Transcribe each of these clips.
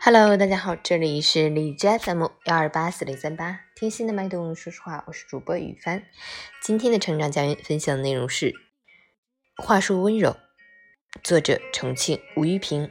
Hello， 大家好，这里是荔枝 FM1284038，听心的脉动，说实话，我是主播雨帆。今天的成长家园分享的内容是话说温柔，作者重庆吴玉平。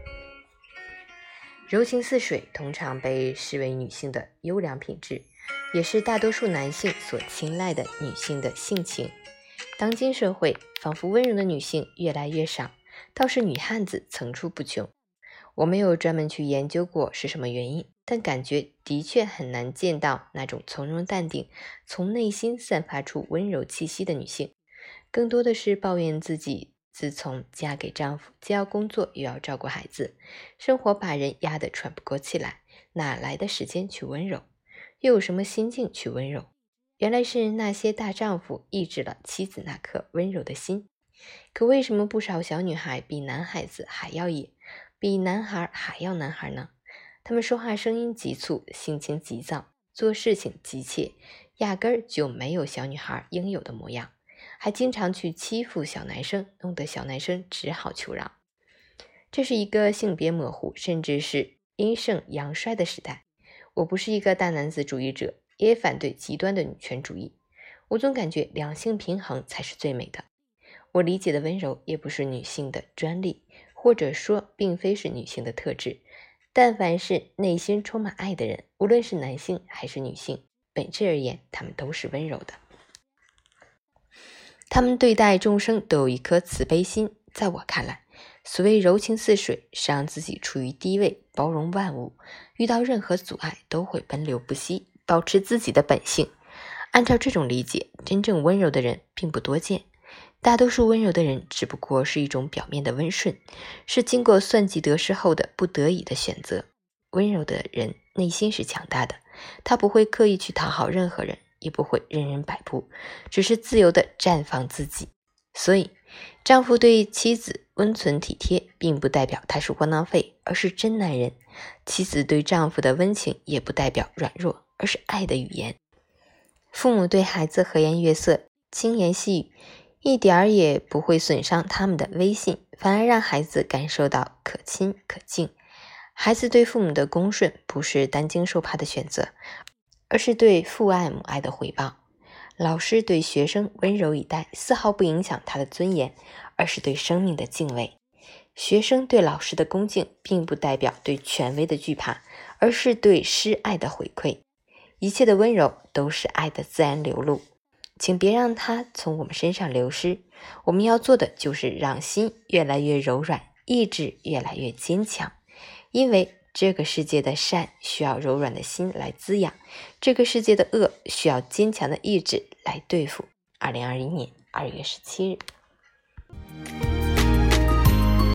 柔情似水通常被视为女性的优良品质，也是大多数男性所青睐的女性的性情。当今社会，仿佛温柔的女性越来越少，倒是女汉子层出不穷。我没有专门去研究过是什么原因，但感觉的确很难见到那种从容淡定、从内心散发出温柔气息的女性，更多的是抱怨自己自从嫁给丈夫，既要工作又要照顾孩子，生活把人压得喘不过气来，哪来的时间去温柔？又有什么心境去温柔？原来是那些大丈夫抑制了妻子那颗温柔的心。可为什么不少小女孩比男孩子还要野，比男孩还要男孩呢？他们说话声音急促，性情急躁，做事情急切，压根儿就没有小女孩应有的模样，还经常去欺负小男生，弄得小男生只好求饶。这是一个性别模糊，甚至是阴盛阳衰的时代。我不是一个大男子主义者，也反对极端的女权主义。我总感觉两性平衡才是最美的。我理解的温柔也不是女性的专利，或者说并非是女性的特质。但凡是内心充满爱的人，无论是男性还是女性，本质而言，他们都是温柔的。他们对待众生都有一颗慈悲心。在我看来，所谓柔情似水，是让自己处于低位，包容万物，遇到任何阻碍都会奔流不息，保持自己的本性。按照这种理解，真正温柔的人并不多见。大多数温柔的人只不过是一种表面的温顺，是经过算计得失后的不得已的选择。温柔的人内心是强大的，他不会刻意去讨好任何人，也不会任人摆布，只是自由地绽放自己。所以，丈夫对妻子温存体贴，并不代表他是窝囊废，而是真男人；妻子对丈夫的温情，也不代表软弱，而是爱的语言。父母对孩子和颜悦色，轻言细语，一点儿也不会损伤他们的威信，反而让孩子感受到可亲可敬。孩子对父母的恭顺，不是担惊受怕的选择，而是对父爱母爱的回报。老师对学生温柔以待，丝毫不影响他的尊严，而是对生命的敬畏。学生对老师的恭敬，并不代表对权威的惧怕，而是对施爱的回馈。一切的温柔都是爱的自然流露，请别让它从我们身上流失。我们要做的就是让心越来越柔软，意志越来越坚强。因为这个世界的善需要柔软的心来滋养，这个世界的恶需要坚强的意志来对付。2021年2月17日。